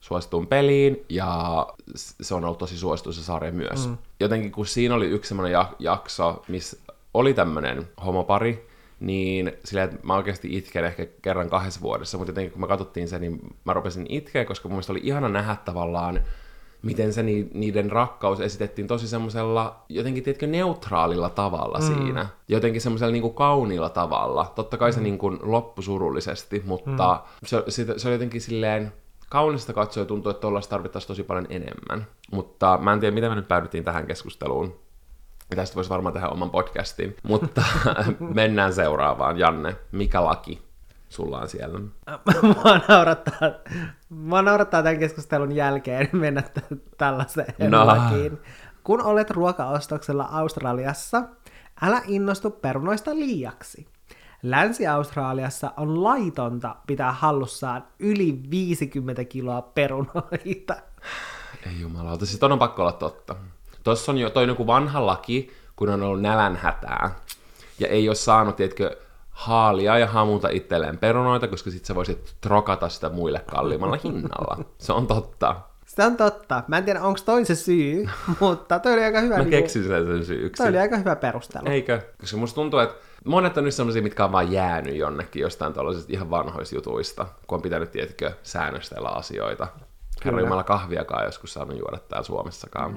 suosituun peliin, ja se on ollut tosi suosittu se sarja myös. Mm. Jotenkin kun siinä oli yksi semmoinen jakso, missä oli tämmöinen homopari, niin silleen, että mä oikeasti itken ehkä kerran kahdessa vuodessa, mutta jotenkin kun me katsottiin sen, niin mä rupesin itkeä, koska mun mielestä oli ihana nähdä tavallaan, miten se niiden rakkaus esitettiin tosi semmoisella jotenkin, tiedätkö, neutraalilla tavalla mm. siinä. Jotenkin semmoisella niin kuin kauniilla tavalla. Totta kai se mm. niin kuin loppui surullisesti, mutta mm. se, se, se oli jotenkin silleen kaunista katsoa ja tuntuu, että tuollaista tarvittaisiin tosi paljon enemmän. Mutta mä en tiedä, miten me nyt päädyttiin tähän keskusteluun. Ja tästä voisi varmaan tehdä oman podcastin. Mutta mennään seuraavaan. Janne, mikä laki sulla on siellä? Mua naurattaa, mua naurattaa tämän keskustelun jälkeen mennä t- tällaiseen no. lakiin. Kun olet ruokaostoksella Australiassa, älä innostu perunoista liiaksi. Länsi-Australiassa on laitonta pitää hallussaan yli viisikymmentä kiloa perunoita. Ei jumalauta, siis ton on pakko olla totta. Tuossa on jo toi joku vanha laki, kun on ollut nälänhätää. Ja ei ole saanut, tiedätkö, haalia ja hamuta itselleen perunoita, koska sit sä voisit trokata sitä muille kalliimmalla hinnalla. Se on totta. Se on totta. Mä en tiedä, onko toi se syy, mutta toi oli aika hyvä. Mä keksin sen sen syyksi. Toi oli aika hyvä perustelu. Eikö? Koska musta tuntuu, että monet on nyt sellaisia, mitkä on vaan jäänyt jonnekin jostain tällaisista ihan vanhoista jutuista, kun on pitänyt, tiedätkö, säännöstellä asioita. Herra Jumala, kahviakaan joskus saanut juoda täällä Suomessakaan.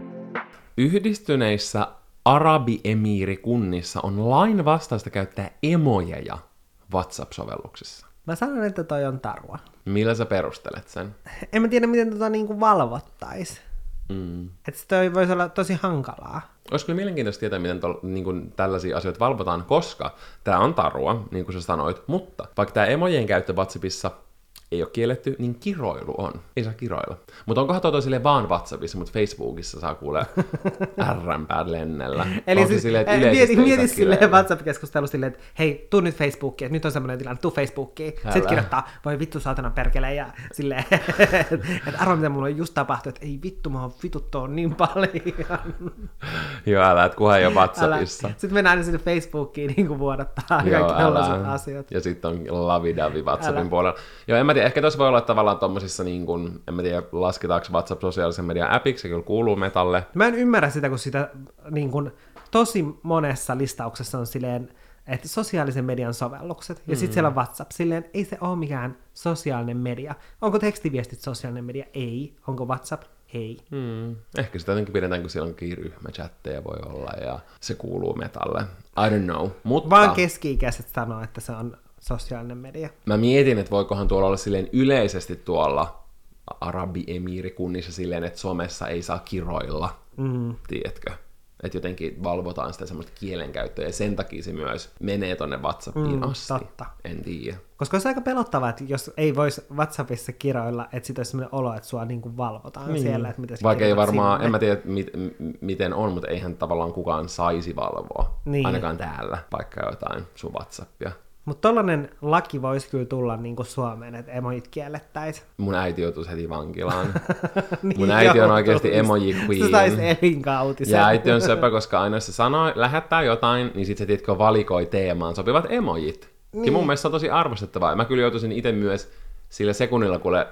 Yhdistyneissä Arabiemiirikunnissa on lain vastaista käyttää emojeja WhatsApp-sovelluksissa. Mä sanon, että toi on tarua. Millä sä perustelet sen? En mä tiedä, miten tota niinku valvottais. Mm. Että se toi voisi olla tosi hankalaa. Olisi kyllä mielenkiintoista tietää, miten tol, niin kuin tällaisia asioita valvotaan, koska tää on tarua, niin kuin sä sanoit, mutta vaikka tää emojen käyttö WhatsAppissa ei ole kielletty, niin kiroilu on. Ei saa kiroilla. Mutta onkohan toi silleen vaan WhatsAppissa, mutta Facebookissa saa kuulee ärränpäät lennellä. Eli siis, silleen, että mieti, mieti silleen WhatsApp-keskustelu silleen, että hei, tuu nyt Facebookiin, että nyt on semmoinen tilanne, tuu Facebookiin. Älä. Sitten kirjoittaa, voi vittu saatana perkele, ja silleen, että arvoa mitä mulla on just tapahtunut, että ei vittu, mä oon vituttua niin paljon. Joo, älä, että kunhan ei ole WhatsAppissa. Älä. Sitten mennään aina sinne Facebookiin niin kuin vuodattaa Joo, kaikki tällaiset asiat. Ja sitten on lavidavi WhatsAppin älä. Puolella. Joo, en mä tiedä, ehkä tuossa voi olla tavallaan tommosissa, niin kuin, en mä tiedä, lasketaanko WhatsApp sosiaalisen median appiksi, se kyllä kuuluu Metalle. Mä en ymmärrä sitä, kun sitä niin kuin, tosi monessa listauksessa on silleen, että sosiaalisen median sovellukset, ja mm. sitten siellä on WhatsApp, silleen, ei se ole mikään sosiaalinen media. Onko tekstiviestit sosiaalinen media? Ei. Onko WhatsApp? Ei. Mm. Ehkä sitä jotenkin pidetään, kun siellä onkin ryhmächatteja voi olla, ja se kuuluu Metalle. I don't know. Mutta vaan keski-ikäiset sanoo, että se on sosiaalinen media. Mä mietin, että voikohan tuolla olla silleen yleisesti tuolla Arabiemiirikunnissa silleen, että somessa ei saa kiroilla, mm. tiedätkö? Että jotenkin valvotaan sitä semmoista kielenkäyttöä, ja sen takia se myös menee tonne WhatsAppiin mm, asti. Totta. En tiedä. Koska olisi aika pelottavaa, että jos ei voisi WhatsAppissa kiroilla, että sitten olisi semmoinen olo, että sua niin kuin valvotaan niin. siellä, että mitä sä vaikka ei varmaan, sinne. En mä tiedä mit, m- miten on, mutta eihän tavallaan kukaan saisi valvoa, niin. ainakaan täällä, vaikka jotain sun WhatsAppia. Mutta tollanen laki voisi kyllä tulla niinku Suomeen, että emojit kiellettäisiin. Mun äiti joutuisi heti vankilaan. niin mun äiti on oikeasti emoji queen. Se saisi elinkautisen. Ja äiti on söpö, koska aina se sanoo, lähettää jotain, niin sit se tiedätkö valikoi teemaan sopivat emojit. Niin. Ja mun mielestä se on tosi arvostettavaa. Mä kyllä joutuisin itse myös sillä sekunnilla kuule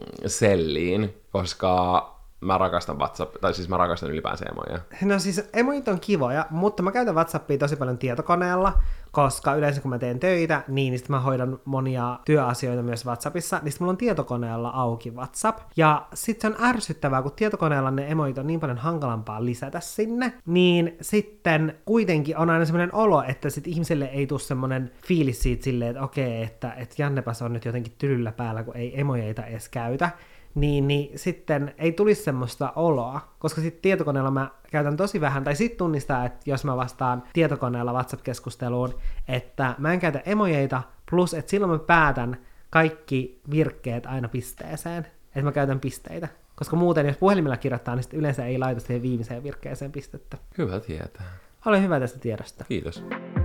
selliin, koska mä rakastan WhatsApp, tai siis mä rakastan ylipäänsä emoja. No siis emojit on kivoja, mutta mä käytän WhatsAppia tosi paljon tietokoneella, koska yleensä kun mä teen töitä, niin, niin sitten mä hoidan monia työasioita myös WhatsAppissa, niin sitten mulla on tietokoneella auki WhatsApp. Ja sitten se on ärsyttävää, kun tietokoneella ne emojit on niin paljon hankalampaa lisätä sinne, niin sitten kuitenkin on aina semmoinen olo, että sitten ihmiselle ei tule semmoinen fiilis siitä silleen, että okei, että, että Jannepas on nyt jotenkin tylyllä päällä, kun ei emojeita edes käytä. Niin, niin sitten ei tulisi semmoista oloa, koska sitten tietokoneella mä käytän tosi vähän, tai sitten tunnistaa, että jos mä vastaan tietokoneella WhatsApp-keskusteluun, että mä en käytä emojeita, plus että silloin mä päätän kaikki virkkeet aina pisteeseen, että mä käytän pisteitä. Koska muuten, jos puhelimella kirjoittaa, niin sitten yleensä ei laita siihen viimeiseen virkkeeseen pistettä. Hyvä tietää. Ole hyvä tästä tiedosta. Kiitos.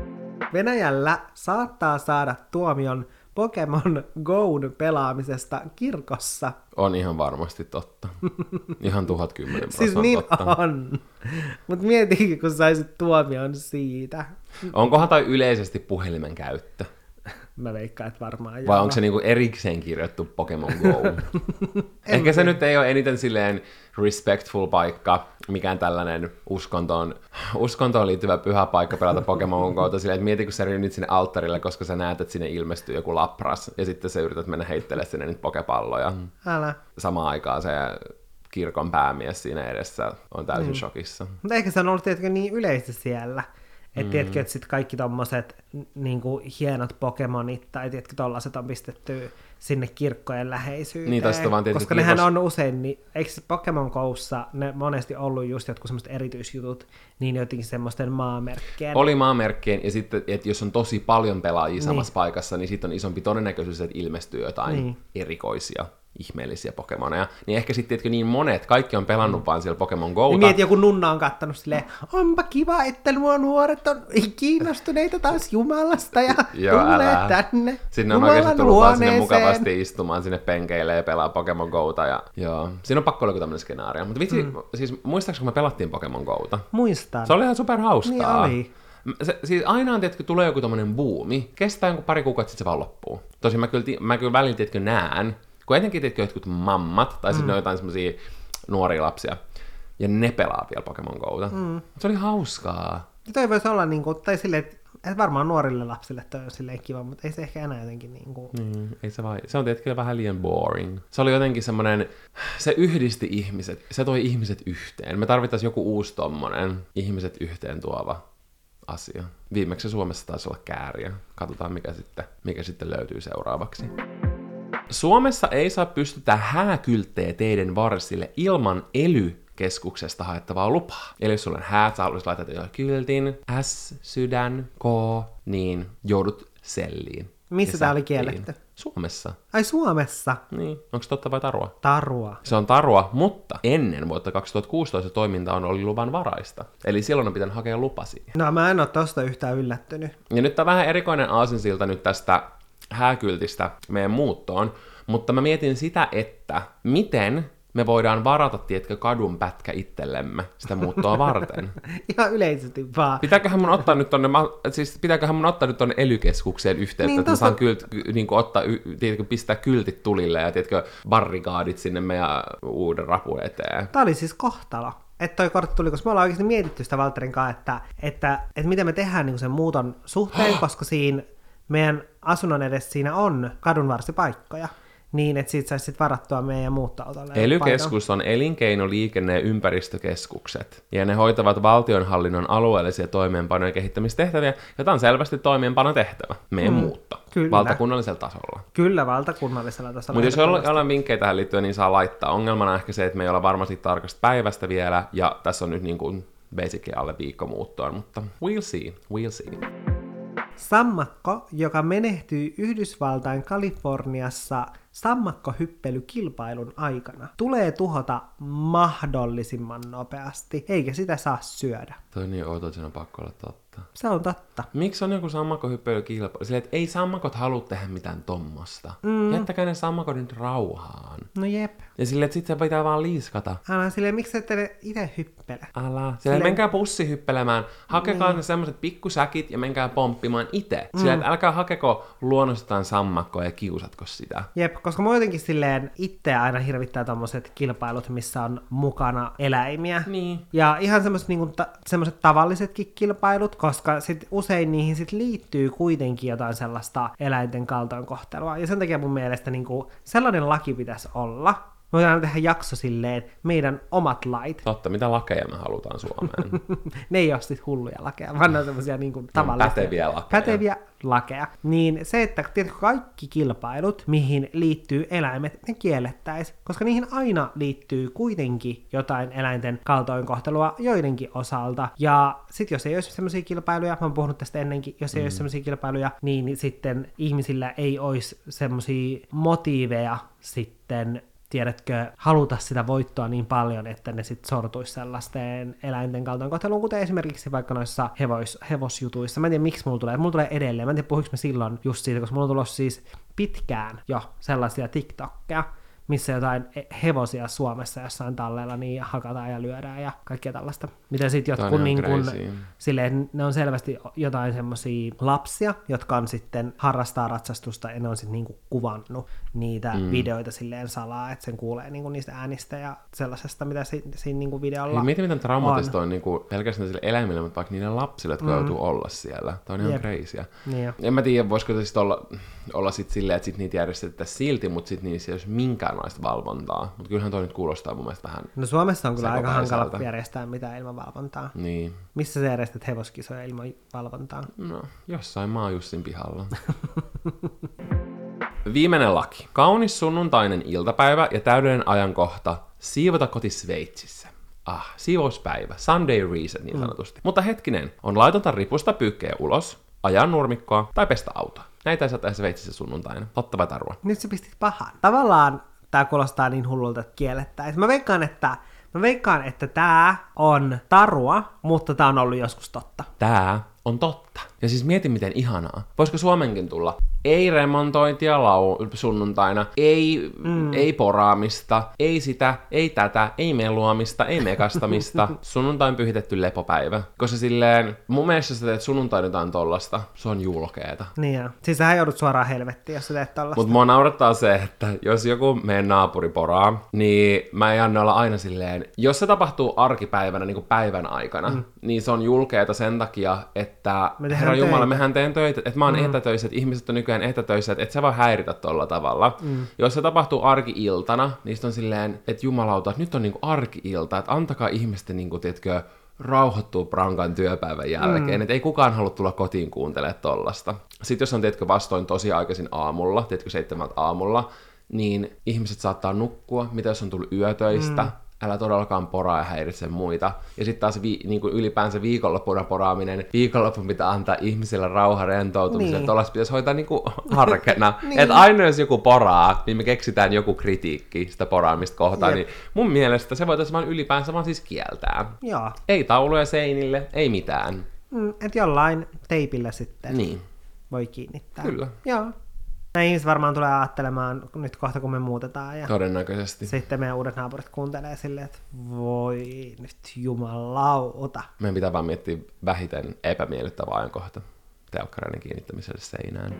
Venäjällä saattaa saada tuomion Pokemon Go'n pelaamisesta kirkossa. On ihan varmasti totta. Ihan tuhat kymmenen prosenttia siis niin totta. on. Mutta mietikin, kun saisit tuomion siitä. Onkohan tai yleisesti puhelimen käyttö? Mä veikkaan, että varmaan Vai joo. onko se niinku erikseen kirjoittu Pokemon Go? Ehkä se nyt ei ole eniten silleen respectful paikka, mikään tällainen uskontoon, uskontoon liittyvä pyhä paikka pelata Pokemon Go'ta silleen, että mieti, kun sä rynnit sinne alttarille, koska sä näet, että sinne ilmestyy joku lapras, ja sitten sä yrität mennä heittelemään sinne niitä pokepalloja. Älä. Samaan aikaan se kirkon päämies siinä edessä on täysin mm. shokissa. Mutta ehkä se on ollut tietenkin niin yleistä siellä, että mm. tiedätkö, että sitten kaikki tommoset niinku hienot Pokemonit tai tiedätkö, tollaset on pistetty sinne kirkkojen läheisyyteen. Niin, tästä vaan tietysti koska kirkos... nehän on usein, niin, eikö Pokemon Go'ssa ne monesti ollut just jotkut semmoiset erityisjutut, niin jotenkin semmoisten maamerkkien. Oli maamerkkien, ja sitten, että jos on tosi paljon pelaajia niin. samassa paikassa, niin sitten on isompi todennäköisyys, että ilmestyy jotain niin. erikoisia, ihmeellisiä Pokemoneja. Niin ehkä sitten, että niin monet, kaikki on pelannut mm. vaan siellä Pokemon Go'ta. Niin mieti, joku nunna on kattanut silleen, onpa kiva, että nuo nuoret on kiinnostuneita taas Jumalasta ja tulee tänne Sinne on oikeasti tullut vaan sinne mukavasti istumaan sinne penkeille ja pelaa Pokemon Go'ta. Ja, joo. Siinä on pakko olla joku tämmöinen skenaario. Mutta vitsi, mm. siis muistaaks, kun me pelattiin Pokemon Go'ta? Muistan. Se oli ihan superhauskaa. Niin oli. Se, siis aina on, tietysti, tulee joku tommonen buumi, kestää joku pari kuukautta, sitten se vaan loppuu. Tosin mä kyllä, mä kyllä välillä, tietkö, näen, kun etenkin tietkö, jotkut mammat, tai sitten mm. jotain semmosia nuoria lapsia, ja ne pelaa vielä Pokemon Go'ta. Mm. Se oli hauskaa. Ja toi voisi olla niinku, tai silleen, että varmaan nuorille lapsille toi on silleen kiva, mutta ei se ehkä enää jotenkin niinku... Mm, ei se vai, se on tietenkin vähän liian boring. Se oli jotenkin semmonen, se yhdisti ihmiset, se toi ihmiset yhteen. Me tarvittaisiin joku uusi tommonen ihmiset yhteen tuova asia. Viimeksi Suomessa taisi olla kääriä. Katsotaan, mikä sitten, mikä sitten löytyy seuraavaksi. Suomessa ei saa pystyttää hääkylttejä teiden varsille ilman ely-keskuksesta haettavaa lupaa. Eli jos sulla on häät, sä haluaisit laittaa jotain kyltin, S, sydän, K, niin joudut selliin. Missä tää oli kielletty? Suomessa. Ai Suomessa? Niin. Onko totta vai tarua? Tarua. Se on tarua, mutta ennen vuotta kaksituhattakuusitoista toiminta on ollut luvan varaista. Eli silloin on pitänyt hakea lupa siihen. No mä en ole tosta yhtään yllättynyt. Ja nyt on vähän erikoinen aasinsilta nyt tästä hääkyltistä meidän muuttoon, mutta mä mietin sitä, että miten me voidaan varata, tiedätkö, kadun pätkä itsellemme sitä muuttoa varten. Ihan yleisesti vaan. Pitääköhän mun ottaa nyt tonne, siis pitääköhän mun ottaa nyt tonne ely-keskukseen yhteyttä, niin, että tossa... mä saan kylt, niin kuin ottaa, tiedätkö, pistää kyltit tulille ja tiedätkö, barrikaadit sinne meidän uuden rapun eteen. Tää oli siis kohtalo. Että toi kortti tuli, koska me ollaan oikeasti mietitty sitä Valtterin kanssa, että, että, että miten me tehdään niin sen muuton suhteen, koska siinä meidän asunnon edessä siinä on kadunvarsipaikkoja. Niin, että siitä saisi sitten varattua meidän muuttoautolle. Ely-keskus on elinkeino-, liikenne- ja ympäristökeskukset, ja ne hoitavat valtionhallinnon alueellisia toimeenpano- ja kehittämistehtäviä, jota on selvästi toimeenpanotehtävä, meidän mm, muutto, kyllä. valtakunnallisella tasolla. Kyllä, valtakunnallisella tasolla. Mutta jos ollaan vinkkejä tähän liittyen, niin saa laittaa. Ongelmana on ehkä se, että me ei olla varmasti tarkasta päivästä vielä, ja tässä on nyt niin kuin basically alle viikko muuttoon, mutta we'll see, we'll see. Sammakko, joka menehtyi Yhdysvaltain Kaliforniassa sammakkohyppelykilpailun aikana, tulee tuhota mahdollisimman nopeasti, eikä sitä saa syödä. Toi niin outo, että sen on pakko olla totta. Se on totta. Miksi on joku sammakkohyppelykilpailu? Silleen, että ei sammakot halua tehdä mitään tommosta. Mm. Jättäkää ne sammakot nyt rauhaan. No jep. Ja silleen, että sit se pitää vaan liiskata. Älä silleen, miksi ette ne itse hyppele? Älä. Silleen, silleen... menkää pussi hyppelemään. Hakekaa mm. ne semmoset pikkusäkit ja menkää pomppimaan itse. Mm. Silleen, että älkää hakeko luonnostaan sammakkoa ja kiusatko sitä. Jep, koska mä jotenkin silleen itse aina hirvittää tommoset kilpailut, missä on mukana eläimiä. Niin. Ja ihan semmoset, niinku, ta- semmoset tavallisetkin kilpailut, koska sit usein niihin sit liittyy kuitenkin jotain sellaista eläinten kaltoinkohtelua. Ja sen takia mun mielestä niinku, sellainen laki pitäisi olla. Me voidaan tehdä jakso silleen, meidän omat lait. Totta, mitä lakeja me halutaan Suomeen? Ne ei ole sit hulluja lakeja, vaan ne on semmosia niinku tavallisia. Päteviä lakeja. Päteviä lakeja. Niin se, että tiedätkö, kaikki kilpailut, mihin liittyy eläimet, ne kiellettäisiin. Koska niihin aina liittyy kuitenkin jotain eläinten kaltoinkohtelua joidenkin osalta. Ja sit jos ei olisi semmosia kilpailuja, mä oon puhunut tästä ennenkin, jos ei mm. olisi semmosia kilpailuja, niin sitten ihmisillä ei olisi semmosia motiiveja sitten tiedätkö, haluta sitä voittoa niin paljon, että ne sitten sortuisi sellaisten eläinten kaltoinkohteluun, kuten esimerkiksi vaikka noissa hevos, hevosjutuissa. Mä en tiedä, miksi mulla tulee. Mulla tulee edelleen. Mä en tiedä, puhuinko mä silloin just siitä, koska mulla on tullut siis pitkään jo sellaisia TikTokkeja, missä jotain hevosia Suomessa jossain tallella, niin hakataan ja lyödään ja kaikkea tällaista. Miten sitten jotkut, niin kun, silleen, ne on selvästi jotain semmosia lapsia, jotka on sitten harrastaa ratsastusta ja ne on sitten niin kuvannut niitä mm. videoita silleen salaa, että sen kuulee niin niistä äänistä ja sellaisesta, mitä si- siinä niin videolla on. Mieti, miten traumatista on, on niin pelkästään sille eläimille, mutta vaikka niille lapsille, jotka mm. joutuu olla siellä. Tämä on ihan crazyä. Niin. En mä tiedä, voisiko se sitten olla, olla sit silleen, että sit niitä järjestettäisiin silti, mutta sitten niissä ei olisi minkäänlaista valvontaa. Mutta kyllähän toi nyt kuulostaa mun mielestä vähän. No Suomessa on kyllä aika hankala järjestää mitään ilman valvontaa. Niin. Missä sä järjestät hevoskisoja ilman valvontaa? No, jossain Maajussin pihalla. Viimeinen laki. Kaunis sunnuntainen iltapäivä ja täydellinen ajankohta siivota koti Sveitsissä. Ah, siivouspäivä. Sunday reset niin sanotusti. Mm. Mutta hetkinen, on laitonta ripusta pyykkejä ulos, ajaa nurmikkoa tai pestä autoa. Näitä ei saa tehdä Sveitsissä sunnuntaina. Totta vai tarua? Nyt sä pistit pahan. Tavallaan tää kuulostaa niin hullulta, että kiellettäisiin. Mä veikkaan, että Mä veikkaan, että tää on tarua, mutta tää on ollut joskus totta. Tää on totta. Ja siis mieti miten ihanaa. Voisiko Suomenkin tulla? Ei remontointia lau- sunnuntaina, ei, mm. ei poraamista, ei sitä, ei tätä, ei meluamista, ei mekastamista. Sunnuntain pyhitetty lepopäivä. Koska silleen, mun mielestä sä teet sunnuntain jotain tollasta, se on julkeeta. Niin joo. Siis sähän joudut suoraan helvettiin, jos sä teet tollasta. Mut mua naurattaa se, että jos joku meidän naapuri poraa, niin mä en olla aina silleen, jos se tapahtuu arkipäivänä, niin kuin päivän aikana, mm. niin se on julkeeta sen takia, että herra Jumala, mehän teen töitä, että mä oon mm. etätöissä, että ihmiset on nykyään etätöissä, että et sä voi häiritä tolla tavalla. Mm. Jos se tapahtuu arki-iltana, niin sit on silleen, että jumalauta, että nyt on niinku arki-ilta, että antakaa ihmisten niinku, tiedätkö, rauhoittua prankan työpäivän jälkeen, mm. että ei kukaan halua tulla kotiin kuuntelemaan tollasta. Sitten jos on, tiedätkö, vastoin tosi aikaisin aamulla, tiedätkö, seitsemältä aamulla, niin ihmiset saattaa nukkua, mitä jos on tullut yötöistä, mm. älä todellakaan poraa ja häiritse muita. Ja sitten taas vi- niin kuin ylipäänsä viikonloppuna poraaminen, viikonloppun pitää antaa ihmisille rauha rentoutumiseen, niin. Tuollaista pitäisi hoitaa niin kuin arkena. niin. Että aina jos joku poraa, niin me keksitään joku kritiikki sitä poraamista kohtaan, Jep. niin mun mielestä se voitaisiin vaan ylipäänsä vaan siis kieltää. Joo. Ei tauluja seinille, ei mitään. Mm, että jollain teipillä sitten niin. voi kiinnittää. Kyllä. Joo. Näin ihmiset varmaan tulee ajattelemaan nyt kohta, kun me muutetaan. Ja todennäköisesti. Sitten meidän uudet naapurit kuuntelee silleen, että voi nyt jumalauta. Meidän pitää vaan miettiä vähiten epämiellyttävä ajankohta telkkarainen kiinnittämiselle seinään.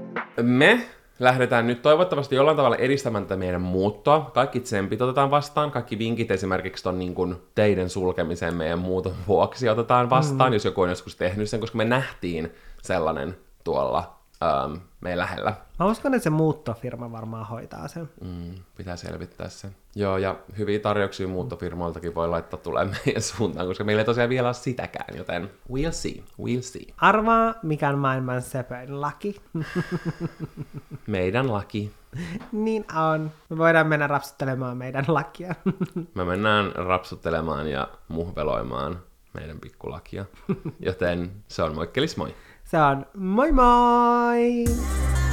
Me lähdetään nyt toivottavasti jollain tavalla edistämään tätä meidän muuttoa. Kaikki tsempit otetaan vastaan. Kaikki vinkit esimerkiksi ton niin kuin teiden sulkemiseen meidän muuton vuoksi otetaan vastaan, mm. jos joku on joskus tehnyt sen, koska me nähtiin sellainen tuolla Um, meidän lähellä. Mä uskon, että se muuttofirma varmaan hoitaa sen. Mm, pitää selvittää sen. Joo, ja hyviä tarjouksia muuttofirmoiltakin voi laittaa tulemaan meidän suuntaan, koska meillä ei tosiaan vielä ole sitäkään, joten we'll see, we'll see. Arvaa, mikä on maailman söpöin laki. Meidän laki. Niin on. Me voidaan mennä rapsuttelemaan meidän lakia. Me mennään rapsuttelemaan ja muhveloimaan meidän pikkulakia, joten se on moikkelis moi. Se on moi moi!